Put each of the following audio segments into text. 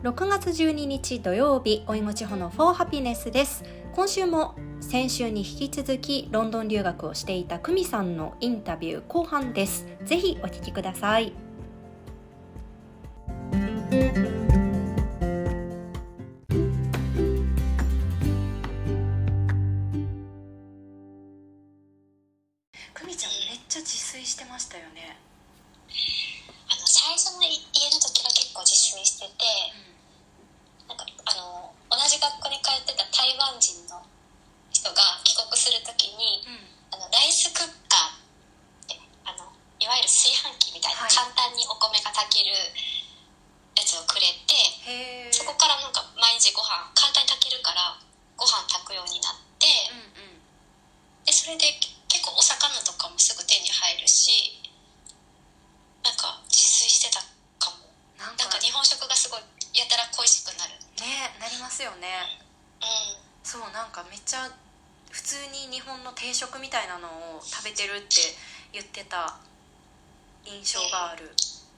6月12日土曜日、おいもちほの For Happiness です。今週も先週に引き続きロンドン留学をしていた久美さんのインタビュー後半です。ぜひお聞きください。久美ちゃんめっちゃ自炊してましたよね。 最初の家の時は結構自炊してて、なんか同じ学校に通ってた台湾人の人が帰国する時に、ライスクッカーっていわゆる炊飯器みたいな、簡単にお米が炊けるやつをくれて、そこからなんか毎日ご飯簡単に炊けるからご飯炊くようになって、でそれで結構お魚とかもすぐ手に入るし、なんか自炊してたかも。なんか日本食がすごいやたら恋しくなるね、なりますよね。そう、なんかめっちゃ普通に日本の定食みたいなのを食べてるって言ってた印象がある。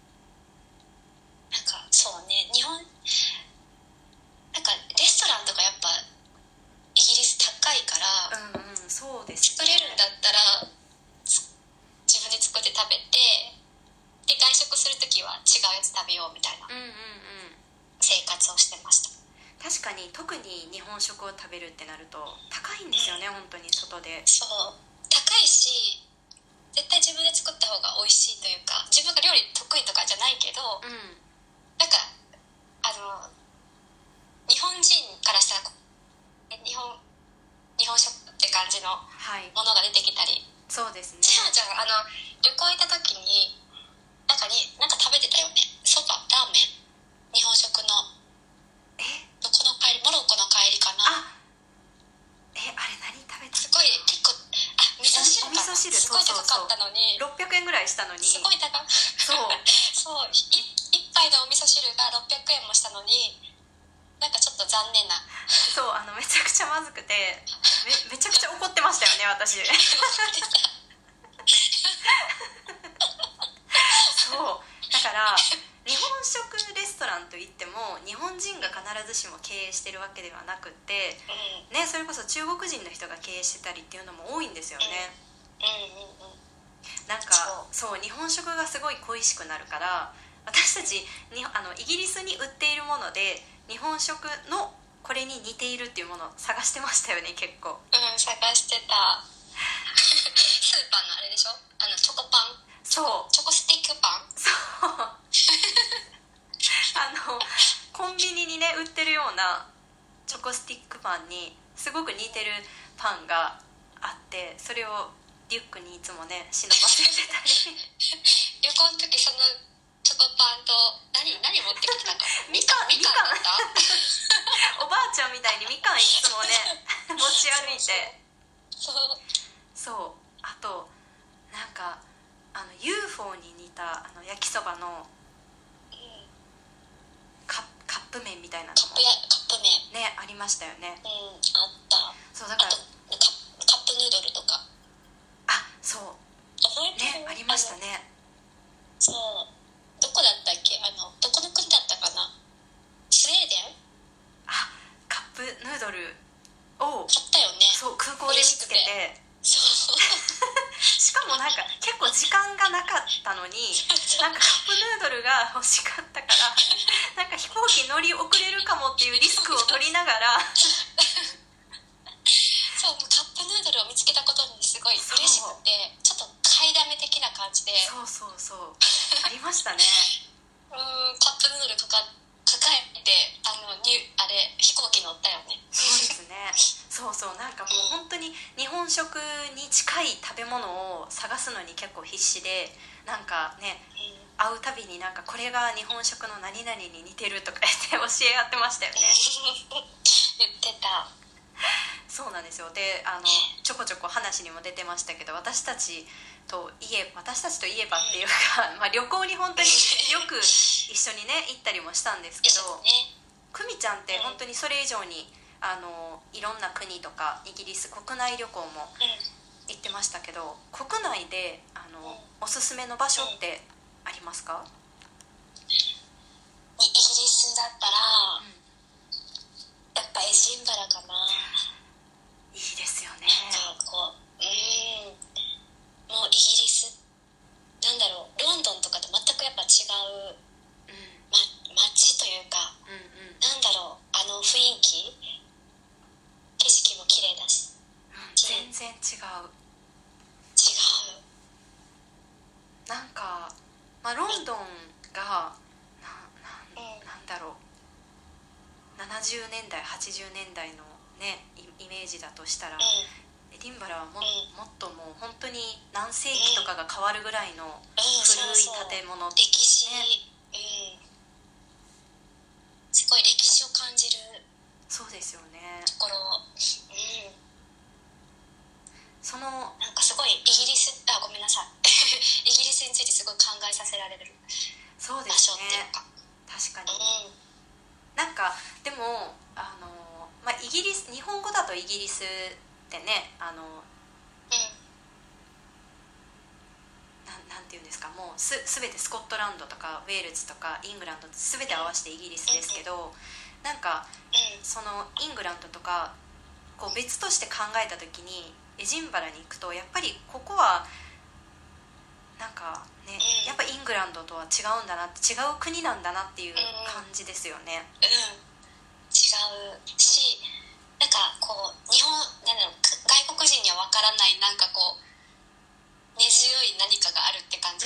なんかそうね、日本なんかレストランとかやっぱイギリス高いから、 そうですね、 作れるんだったら自分で作って食べて、で外食するときは違うやつ食べようみたいな生活をしてました。 確かに特に日本食を食べるってなると高いんですよね、本当に外で。 そう高いし、絶対自分で作った方が美味しいというか、自分が料理得意とかじゃないけど、なんか日本人からしたら日本食って感じのものが出てきたり、 そうですね。 ちはちゃん旅行行った時になんか食べてたよね、そばラーメン、日本食のどこの帰り、モロッコの帰りかな。 あれ何食べた？ すごい結構味噌汁かな。 味噌汁、 すごい高かったのに、 600円ぐらいしたのに、 すごい高い。そう一杯のお味噌汁が600円もしたのに、なんかちょっと残念な。 そうめちゃくちゃまずくて めちゃくちゃ怒ってましたよね、私。そうだから日本食レストランといっても日本人が必ずしも経営してるわけではなくって、それこそ中国人の人が経営してたりっていうのも多いんですよね。なんかそう日本食がすごい恋しくなるから、私たちにイギリスに売っているもので日本食のこれに似ているっていうものを探してましたよね、結構。 探してた。スーパーのあれでしょ、チョコパン、 そうチョコスティックパン、 そうコンビニにね売ってるようなチョコスティックパンにすごく似てるパンがあって、それをリュックにいつもね忍ばせてたり旅行の時そのチョコパンと何持ってきてたかみかんだったおばあちゃんみたいにみかんいつもね持ち歩いて、そうあとなんかUFO に似た焼きそばのカップ麺みたいなのもカップ麺ねありましたよね。 あった。 そうだからあとカップヌードルとか、 そう覚えてる？ ね、ありましたね。 そうどこだったっけ、どこの国だったかな、スウェーデン？ カップヌードルを買ったよね。 そう空港で見つけて、 そうしかもなんか結構時間がなかったのになんかカップヌードルが欲しかったからなんか飛行機乗り遅れるかもっていうリスクを取りながらそうカップヌードルを見つけたことにすごい嬉しくて、ちょっと買いだめ的な感じで、 そうありましたね。 カップヌードル抱えて飛行機乗ったよね。 そうですね。そうなんかもう本当に日本食に近い食べ物を探すのに結構必死で、なんかね、会うたびになんかこれが日本食の何々に似てるとか言って教え合ってましたよね。 言ってた。 そうなんですよ。でちょこちょこ話にも出てましたけど、私たちといえばっていうか、旅行に本当によく一緒にね行ったりもしたんですけど、久美ちゃんって本当にそれ以上にいろんな国とかイギリス国内旅行も行ってましたけど、国内でおすすめの場所ってありますか？ イギリスだったらエジンバラかな。 いいですよね。 なんかこう、もうイギリス、なんだろう、ロンドンとかと全くやっぱ違う、街というか、なんだろう、あの雰囲気、景色も綺麗だし、 全然違う。なんか、ロンドンがなんだろう、70年代80年代のねイメージだとしたら、エディンバラはもっともう本当に何世紀とかが変わるぐらいの古い建物、 歴史、すごい歴史を感じる。 そうですよね。 ところ、 そのなんかすごいイギリス、ごめんなさいイギリスについてすごい考えさせられるそうで場所すね。 っていうか、 確かに、なんかでもイギリス、日本語だとイギリスってね、なんていうんですか、もう全てスコットランドとかウェールズとかイングランド全て合わせてイギリスですけど、なんかそのイングランドとかこう別として考えた時にエジンバラに行くとやっぱりここはなんかね、やっぱイングランドとは違うんだなって、違う国なんだなっていう感じですよね。 違うし、なんかこう日本、なんだろう、外国人にはわからないなんかこう根強い何かがあるって感じ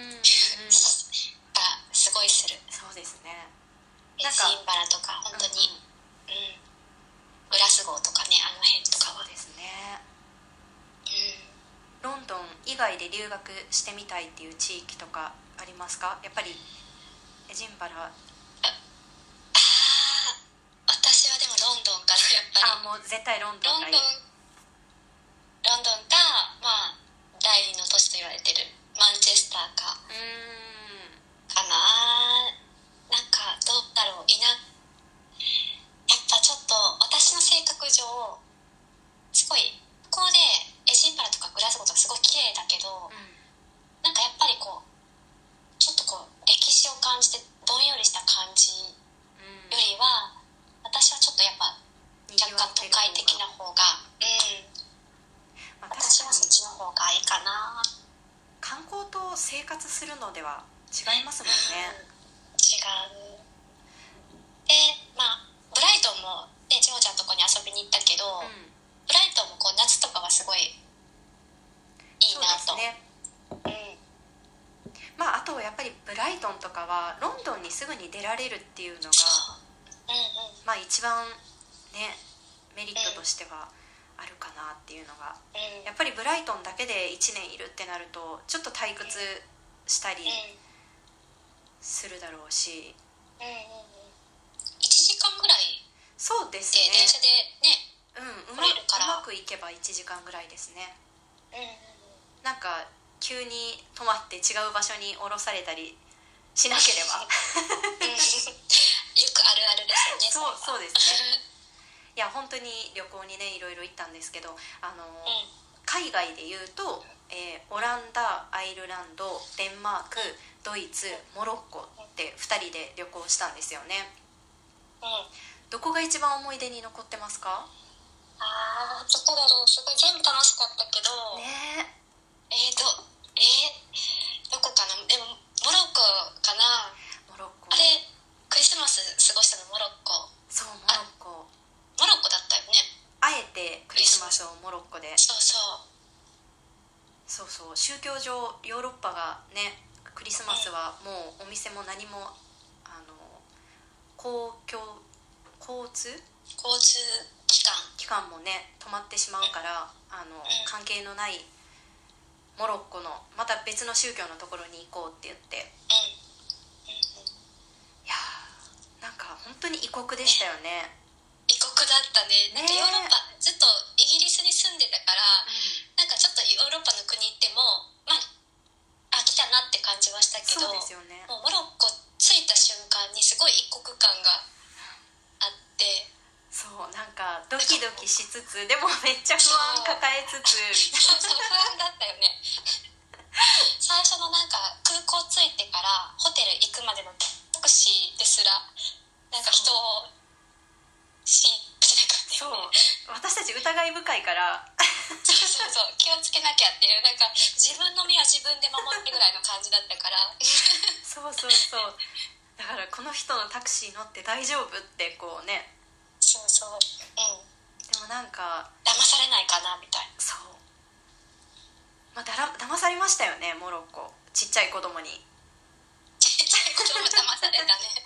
がすごいする。 そうですね。 エジンバラとか本当に、グラスゴーとかね、あの辺とかは。 そうですね。ロンドン以外で留学してみたいっていう地域とかありますか？やっぱりエジンバラ。 私はでもロンドンかな、やっぱり。 もう絶対ロンドンがいい。 ロンドンか、第二の都市と言われてるマンチェスターかかな。なんかどうだろう、やっぱちょっと私の性格上すごいここでエジンバラとかグラスゴーとかすごい綺麗だけど、なんかやっぱりこうちょっとこう歴史を感じてどんよりした感じよりは、私はちょっとやっぱ若干都会的な方が、私はそっちの方がいいかな。 観光と生活するのでは違いますもんね。 違う。で、ブライトンもね、千穂ちゃんのとこに遊びに行ったけど、ブライトンもこう夏とかはすごいいいなと。そうですね。 あとやっぱりブライトンとかはロンドンにすぐに出られるっていうのが、一番ねメリットとしてはあるかなっていうのが、やっぱりブライトンだけで1年いるってなるとちょっと退屈したりするだろうし、 1時間ぐらい。 そうですね。 電車でね、 うまくいけば1時間ぐらいですね。なんか急に泊まって違う場所に降ろされたりしなければよくあるあるですよね。 そうですね。いや本当に旅行にねいろいろ行ったんですけど、海外でいうと、オランダ、アイルランド、デンマーク、ドイツ、モロッコって2人で旅行したんですよね。どこが一番思い出に残ってますか？ どこだろう、すごい全部楽しかったけどね。 どこかな。でもモロッコかな。 モロッコ。 あれクリスマス過ごしたのモロッコ。 そう、モロッコ。 モロッコだったよね。 あえてクリスマスをモロッコで。そう宗教上ヨーロッパがねクリスマスはもうお店も何も交通機関もね止まってしまうから、関係のないモロッコのまた別の宗教のところに行こうって言って、いやなんか本当に異国でしたよね。 異国だったね。なんかヨーロッパずっとイギリスに住んでたから、なんかちょっとヨーロッパの国行っても来たなって感じはしたけど、 そうですよね。 もうモロッコ着いた瞬間にすごい異国感があって、 そうなんかドキドキしつつでもめっちゃ不安抱えつつ不安だったよね最初のなんか空港着いてからホテル行くまでのタクシーですらなんか人を心ないからそうそう気をつけなきゃっていう、なんか自分の身は自分で守ってぐらいの感じだったからそうそうそう、だからこの人のタクシー乗って大丈夫ってこうね。 そうそう、 でもなんか騙されないかなみたいな。 そう、まあ、騙されましたよね、モロッコ、ちっちゃい子供に。 ちっちゃい子供騙されたね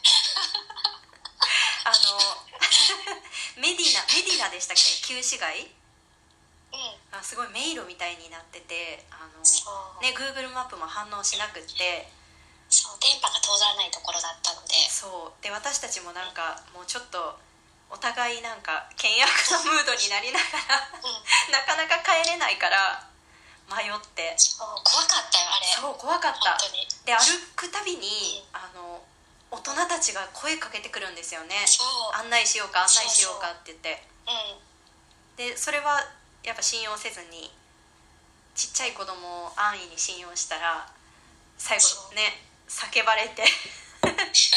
メディナでしたっけ、旧市街うんすごい迷路みたいになってて、 そうね、Google マップも反応しなくって、 そう電波が通らないところだったので、 そうで私たちもなんかもうちょっとお互いなんか険悪なムードになりながらなかなか帰れないから迷って、 そう怖かったよあれ。 そう怖かった。 本当にで歩くたびに、大人たちが声かけてくるんですよね。 そう案内しようか案内しようかって言って、 うんでそれはやっぱ信用せずにちっちゃい子供を安易に信用したら最後ね叫ばれてね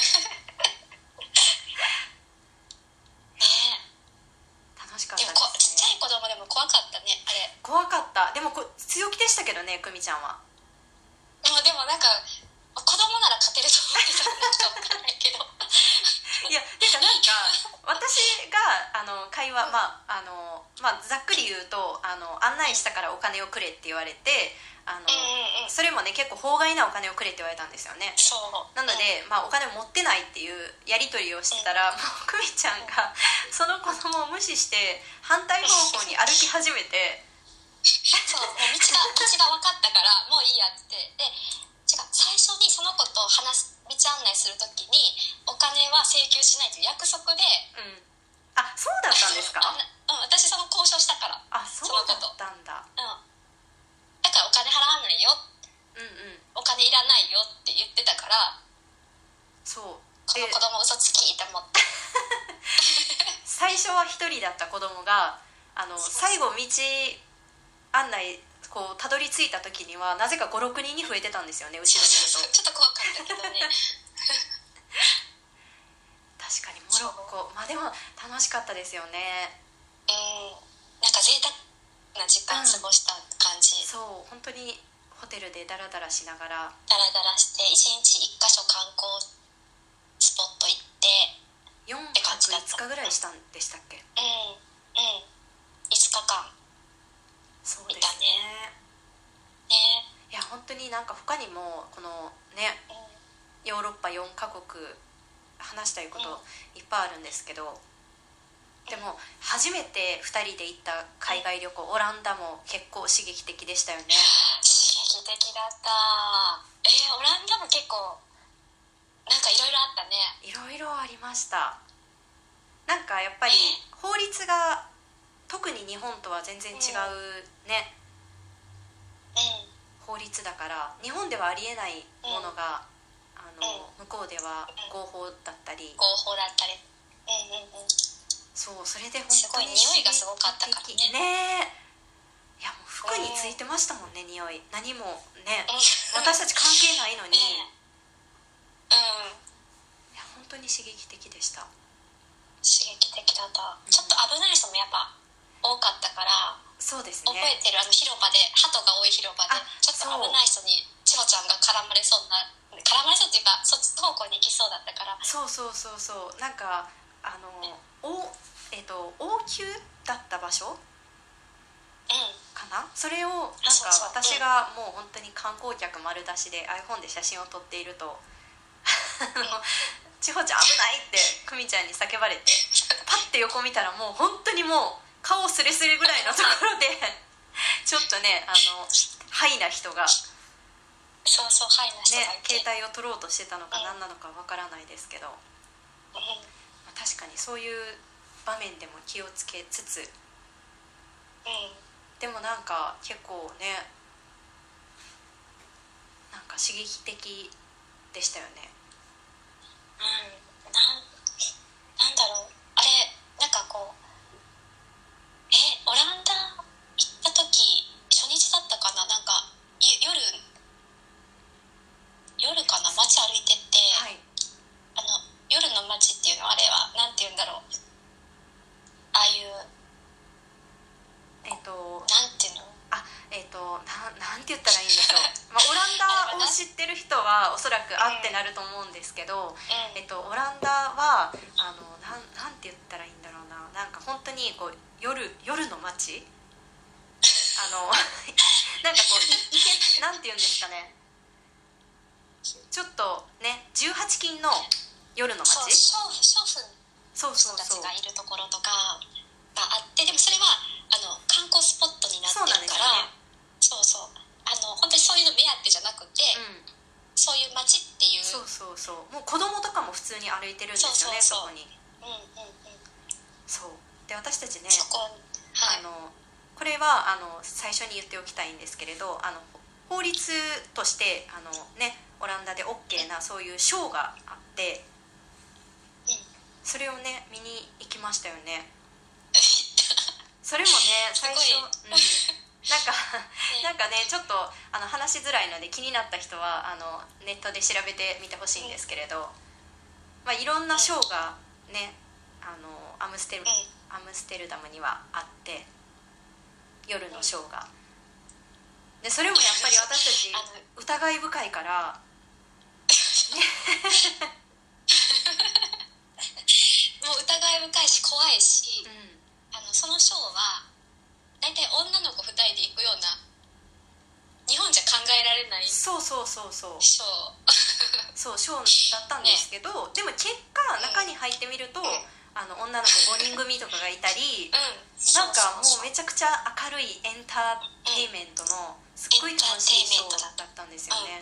楽しかったでもですね。 ちっちゃい子供でも怖かったねあれ。 怖かった。でも強気でしたけどね、久美ちゃんは。 でもなんか子供なら勝てると思ってた。なんか分かんないけどいやてかなんか私が会話、まあ、ざっくり言うと案内したからお金をくれって言われてそれもね結構法外なお金をくれって言われたんですよね。 そうなので、まあ、お金を持ってないっていうやり取りをしてたら、もう久美ちゃんがその子供を無視して反対方向に歩き始めてそうもう道が分かったからもういいやって言って、で違う最初にその子と道案内するときにお金は請求しないという約束で、 あ、そうだったんですか？ 私その交渉したから。 あ、そうだったんだ。 だからお金払わないよ、お金いらないよって言ってたから、 そうこの子供嘘つきって思って最初は一人だった子供が最後道案内こうたどり着いた時にはなぜか5、6人に増えてたんですよね、後ろにいると。 ちょっと怖かったけどね確かにモロッコ、まあでも楽しかったですよね。 なんか贅沢な時間過ごした感じ、 そう本当にホテルでダラダラしながらダラダラして1日1箇所観光スポット行って 4泊5日ぐらいしたんでしたっけ？ 5日間そうですね。いや本当になんか他にもこのね、ヨーロッパ4カ国話したいこといっぱいあるんですけど、でも初めて2人で行った海外旅行、オランダも結構刺激的でしたよね。 刺激的だった。オランダも結構なんかいろいろあったね。 いろいろありました。なんかやっぱり法律が特に日本とは全然違うね、法律だから日本ではありえないものが、向こうでは合法だったり、そうそれで本当にすごい匂いがすごかったからね。 いやもう服についてましたもんね、匂い。何もね、私たち関係ないのに、いや本当に刺激的でした。 刺激的だった、ちょっと危ない人もやっぱ多かったから。 そうですね、 覚えてる広場で鳩が多い広場でちょっと危ない人に千穂ちゃんが絡まれそうっていうかそっち方向に行きそうだったから。 そうなんか王宮だった場所かな、それをなんか私がもう本当に観光客丸出しで iPhone で写真を撮っていると千穂ちゃん危ないって久美ちゃんに叫ばれてパッて横見たらもう本当にもう顔スレスレぐらいのところでちょっとねハイな人がハイな人がいて、 携帯を取ろうとしてたのか何なのかわからないですけど、確かにそういう場面でも気をつけつつ、でもなんか結構ねなんか刺激的でしたよね。 なんだろうあれ、なんかこうオランダ行った時初日だったかな、なんか夜かな、街歩いてって、夜の街っていうのあれはなんて言うんだろう、ああいうて言ったらいいんでしょう、オランダを知ってる人はおそらくあってなると思うんですけど、オランダはなんて言ったらいいんだろうな、なんか本当にこう夜の街なんかこうなんて言うんですかね、ちょっとね18禁の夜の街、 娼婦の人たちがいるところとかがあって、でもそれは観光スポットになってるから、そう本当にそういうの目当てじゃなくて、そういう街っていう、 そうもう子供とかも普通に歩いてるんですよね、そこに。そうで、私たちね、 そこ、はい、 これは最初に言っておきたいんですけれど、法律としてオランダで OK なそういうショーがあって、それをね見に行きましたよね。それもね最初、なんかねちょっと話しづらいので気になった人はネットで調べてみてほしいんですけれど、いろんなショーがねアムステルダムにはあって、夜のショーがで、それもやっぱり私たち疑い深いからもう疑い深いし怖いし、そのショーは大体女の子2人で行くような、日本じゃ考えられないそうショーそうショーだったんですけど、でも結果中に入ってみると、女の子5人組とかがいたり、なんかもうめちゃくちゃ明るいエンターテインメントのすっごい楽しいショーだったんですよね。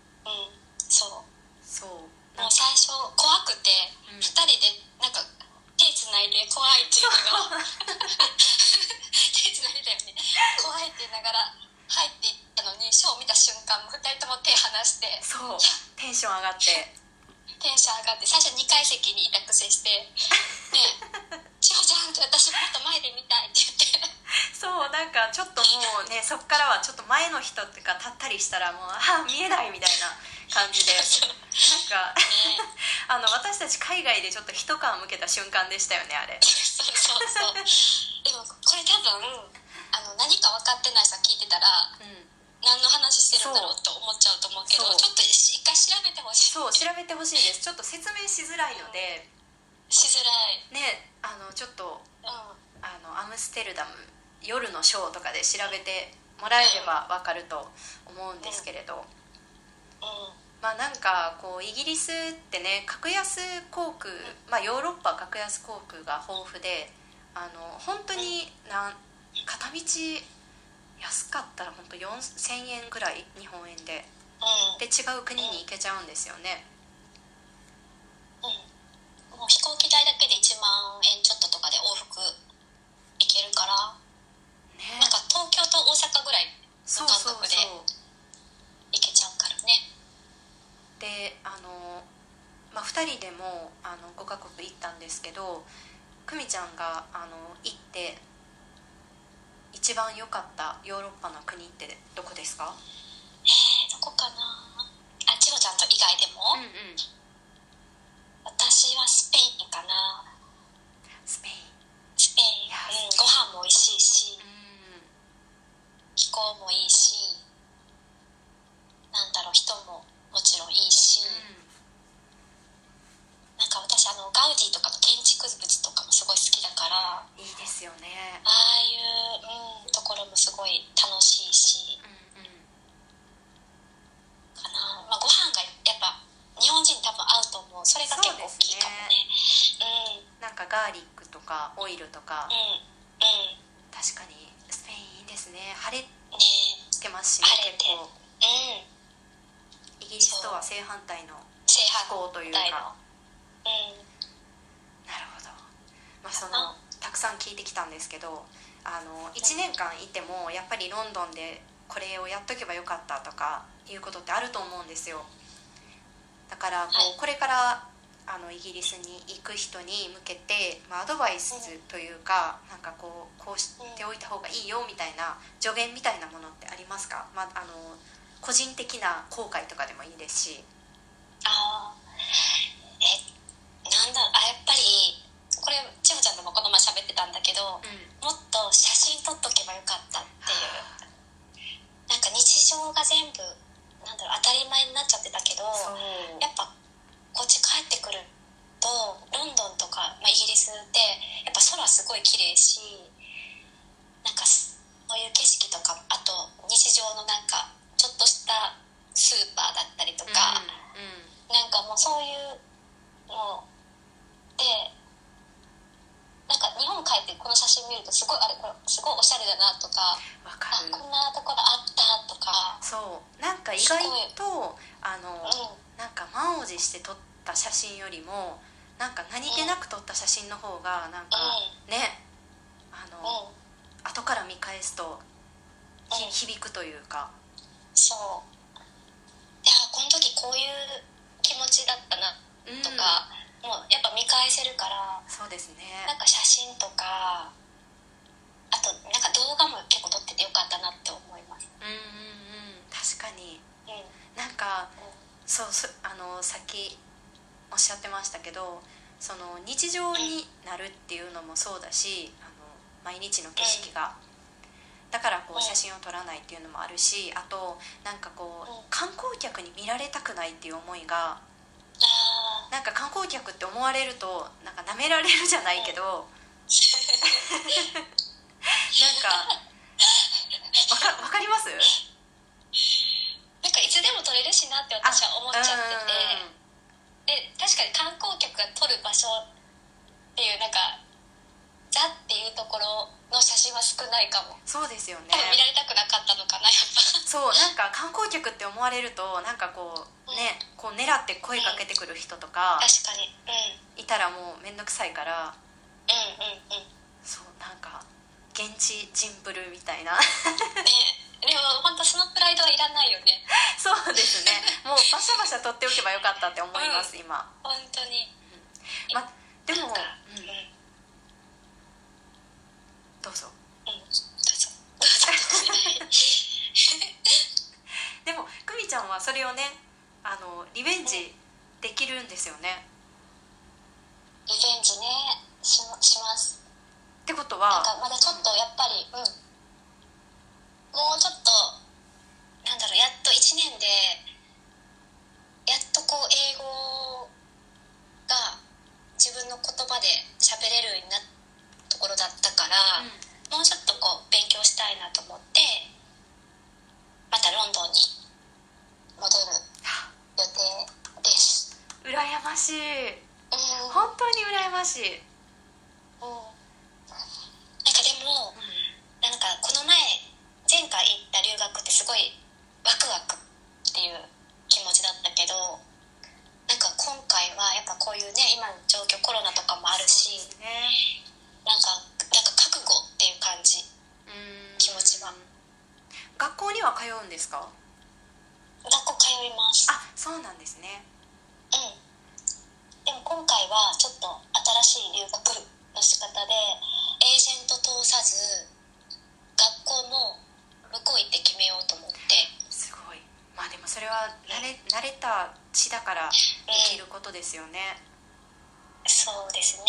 そうもう最初怖くて、2人でなんか手つないで怖いっていうのが手つないでたよね、怖いって言いながら入っていったのに、ショーを見た瞬間も2人とも手離して、 そうテンション上がって最初2階席にいたくせしてね千穂ちゃんって私もっと前で見たいって言ってそうなんかちょっともうね、そっからはちょっと前の人っていうか立ったりしたらもう見えないみたいな感じでなんか私たち海外でちょっと一皮むけた瞬間でしたよね、あれ。 そうでもこれ多分何か分かってない人聞いてたら、何の話してるんだろうと思っちゃうと思うけど、ちょっと一回調べてほしい。 そう調べてほしいです。ちょっと説明しづらいので、 しづらいね、ちょっと、アムステルダム夜のショーとかで調べてもらえれば分かると思うんですけれど、なんかこうイギリスってね、格安航空、ヨーロッパは格安航空が豊富で、本当に片道安かったら本当4000円ぐらい、日本円で、で違う国に行けちゃうんですよね。 もう飛行機代だけで1万円ちょっととかで往復行けるから、ね、なんか東京と大阪ぐらいの感覚で行けちゃうからね。 で2人でも5カ国行ったんですけど、久美ちゃんが行って一番良かったヨーロッパの国ってどこですか？ どこかな。千穂ちゃんと以外でも、私はスペインかな。スペイン、ご飯も美味しいし、気候もいいし、なんだろう、人ももちろんいいし、なんか私ガウディとかの建築物とかもすごい好きだから、 いいですよね。 ああいう、ところもすごい楽しいし、かな。ご飯がやっぱ日本人多分合うと思う。それが結構大きいかもね。 なんかガーリックとかオイルとか、確かにスペインいいですね。晴れてますしね、結構。イギリスとは正反対の気候というか。なるほど。たくさん聞いてきたんですけど、1年間いてもやっぱりロンドンでこれをやっとけばよかったとかいうことってあると思うんですよ。だからこれからイギリスに行く人に向けて、アドバイスというか、なんかこうしておいた方がいいよみたいな助言みたいなものってありますか？個人的な後悔とかでもいいですし。 やっぱりこれ千穂ちゃんともこの前喋ってたんだけど、もっと写真撮っとけばよかったっていう。なんか日常か、 うんうんなんかもうそういうので、なんか日本帰ってこの写真見るとすごいあれこれすごいおしゃれだなとか、 わかる。 こんなところあったとか、 そうなんか意外とうんなんか満を持して撮った写真よりもなんか何気なく撮った写真の方がなんかね後から見返すと響くというか、 そういやこの時こういう気持ちだったなとか、もうやっぱ見返せるから、 そうですね、 なんか写真とかあとなんか動画も結構撮っててよかったなって思います。 確かに、なんかさっきおっしゃってましたけど、その日常になるっていうのもそうだし、毎日の景色が、だからこう写真を撮らないっていうのもあるし、あとなんかこう観光客に見られたくないっていう思いが、なんか観光客って思われるとなんか舐められるじゃないけど、なんかわかります？ なんかいつでも撮れるしなって私は思っちゃってて、で確かに観光客が撮る場所っていうなんかザっていうところの写真は少ないかも。 そうですよね、 多分見られたくなかったのかな、やっぱ。 そうなんか観光客って思われるとなんかこうね、こう狙って声かけてくる人とか確かに、 いたらもうめんどくさいから、 うんそうなんか現地ジンブルみたいなね、でも本当そのプライドはいらないよね。 そうですね、もうバシャバシャ撮っておけばよかったって思います、今。 本当に、 でも、どうぞどうぞでも久美ちゃんはそれをねリベンジできるんですよね。 リベンジね しますってことはなんかまだちょっとやっぱり、もうちょっとなんだろう、やっと1年でやっとこう英語が自分の言葉で喋れるようになったところだったから、もうちょっとこう勉強したいなと思ってまたロンドンに戻る予定です。 羨ましい、本当に羨ましい。 なんかでも、なんかこの前回行った留学ってすごいワクワクっていう気持ちだったけど、なんか今回はやっぱこういうね今の状況コロナとかもあるし、なんか覚悟っていう感じ、気持ちが。 学校には通うんですか？ 学校通います。 あ、そうなんですね。 でも今回はちょっと新しい留学の仕方でエージェント通さず学校も向こう行って決めようと思って。 すごい。まあでもそれは慣れた地だからできることですよね。 そうですね。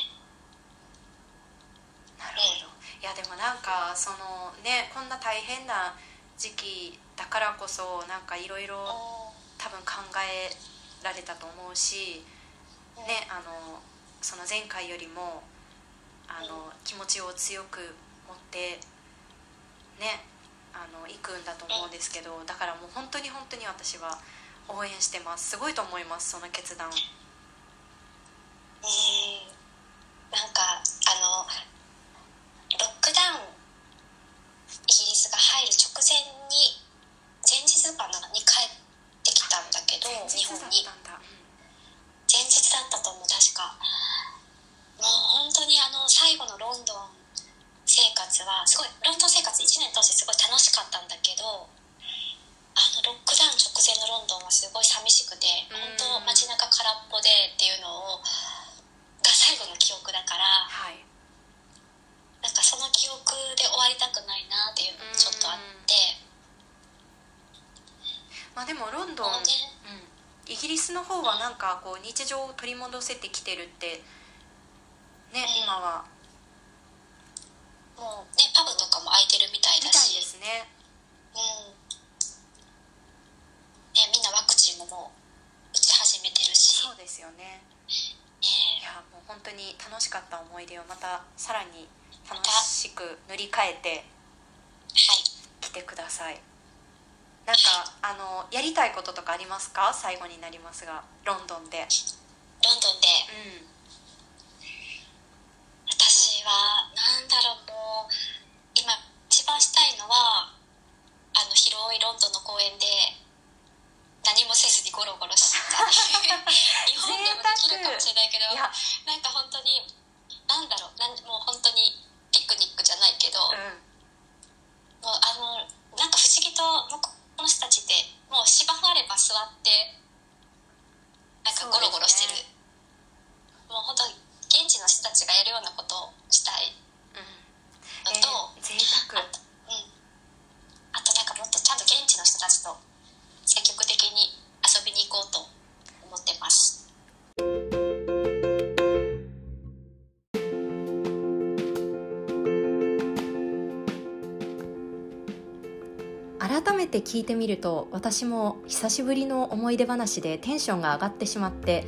なるほど。いやでもなんかそのね、こんな大変な時期だからこそなんかいろいろ多分考えられたと思うしね、その前回よりも気持ちを強く持ってね行くんだと思うんですけど、だからもう本当に私は応援してます。すごいと思います、その決断。 なんかロックダウンイギリスが入る直前に前日かなに帰ってきたんだけど、日本に前日だったと思う、確か。もう本当に最後のロンドン生活はすごい、ロンドン生活1年通してすごい楽しかったんだけど、ロックダウン直前のロンドンはすごい寂しくて、本当街中空っぽでっていうのが最後の記憶だから、なんかその記憶で終わりたくないなっていうのもちょっとあって。 まあでもロンドン、イギリスの方はなんかこう日常を取り戻せてきてるってね、今はもうね、パブとかも開いてるみたいだし。 ですね。 ね、みんなワクチンももう打ち始めてるし。 そうですよね。いやもう本当に楽しかった思い出をまたさらに楽しく塗り替えて来てください。 なんかやりたいこととかありますか？最後になりますが、ロンドンで。 ロンドンで、私はなんだろう、もう今一番したいのは広いロンドンの公園で何もせずにゴロゴロしたい日本でもできるかもしれないけど、なんか本当になんだろう、もう本当にピクニックじゃないけど、もうなんか不思議と向こうの人たちってもう芝生あれば座ってなんかゴロゴロしてる、もう本当現地の人たちがやるようなことをしたいのと、 贅沢。 あとなんかもっとちゃんと現地の人たちと積極的に遊びに行こうと思ってます。 改めて聞いてみると、私も久しぶりの思い出話でテンションが上がってしまって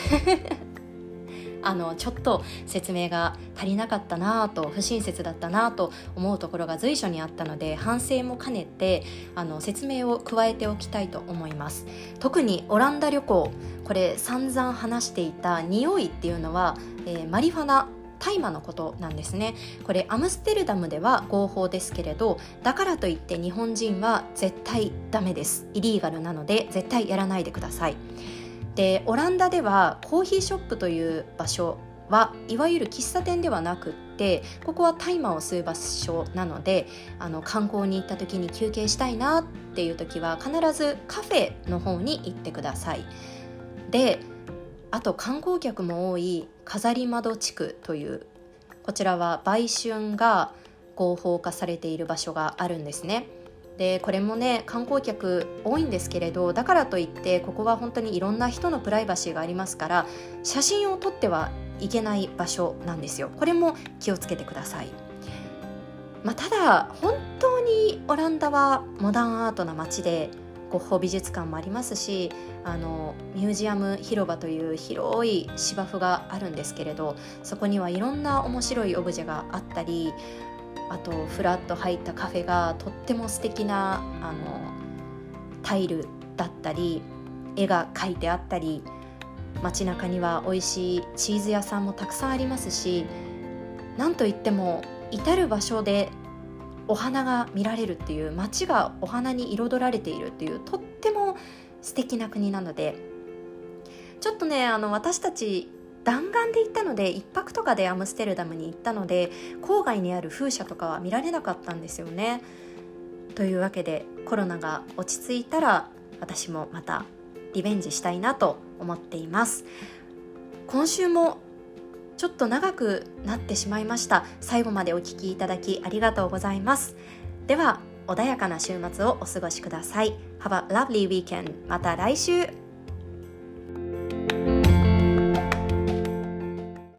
ちょっと説明が足りなかったなと、不親切だったなと思うところが随所にあったので、反省も兼ねて説明を加えておきたいと思います。特にオランダ旅行、これ散々話していた匂いっていうのは、マリファナ、大麻のことなんですね。これアムステルダムでは合法ですけれど、だからといって日本人は絶対ダメです。イリーガルなので絶対やらないでください。で、オランダではコーヒーショップという場所はいわゆる喫茶店ではなくって、ここは大麻を吸う場所なので、観光に行った時に休憩したいなっていう時は必ずカフェの方に行ってください。で、あと観光客も多い飾り窓地区という、こちらは売春が合法化されている場所があるんですね。で、これもね、観光客多いんですけれど、だからといってここは本当にいろんな人のプライバシーがありますから、写真を撮ってはいけない場所なんですよ。これも気をつけてください。ただ本当にオランダはモダンアートな街で、ゴッホ美術館もありますし、ミュージアム広場という広い芝生があるんですけれど、そこにはいろんな面白いオブジェがあったり、あとフラッと入ったカフェがとっても素敵なタイルだったり、絵が描いてあったり、街中には美味しいチーズ屋さんもたくさんありますし、なんといっても至る場所でお花が見られるっていう、街がお花に彩られているっていう、とっても素敵な国なので、ちょっとね、私たち弾丸で行ったので、一泊とかでアムステルダムに行ったので、郊外にある風車とかは見られなかったんですよね。というわけで、コロナが落ち着いたら私もまたリベンジしたいなと思っています。今週もちょっと長くなってしまいました。最後までお聞きいただきありがとうございます。では、穏やかな週末をお過ごしください。Have a lovely weekend. また来週。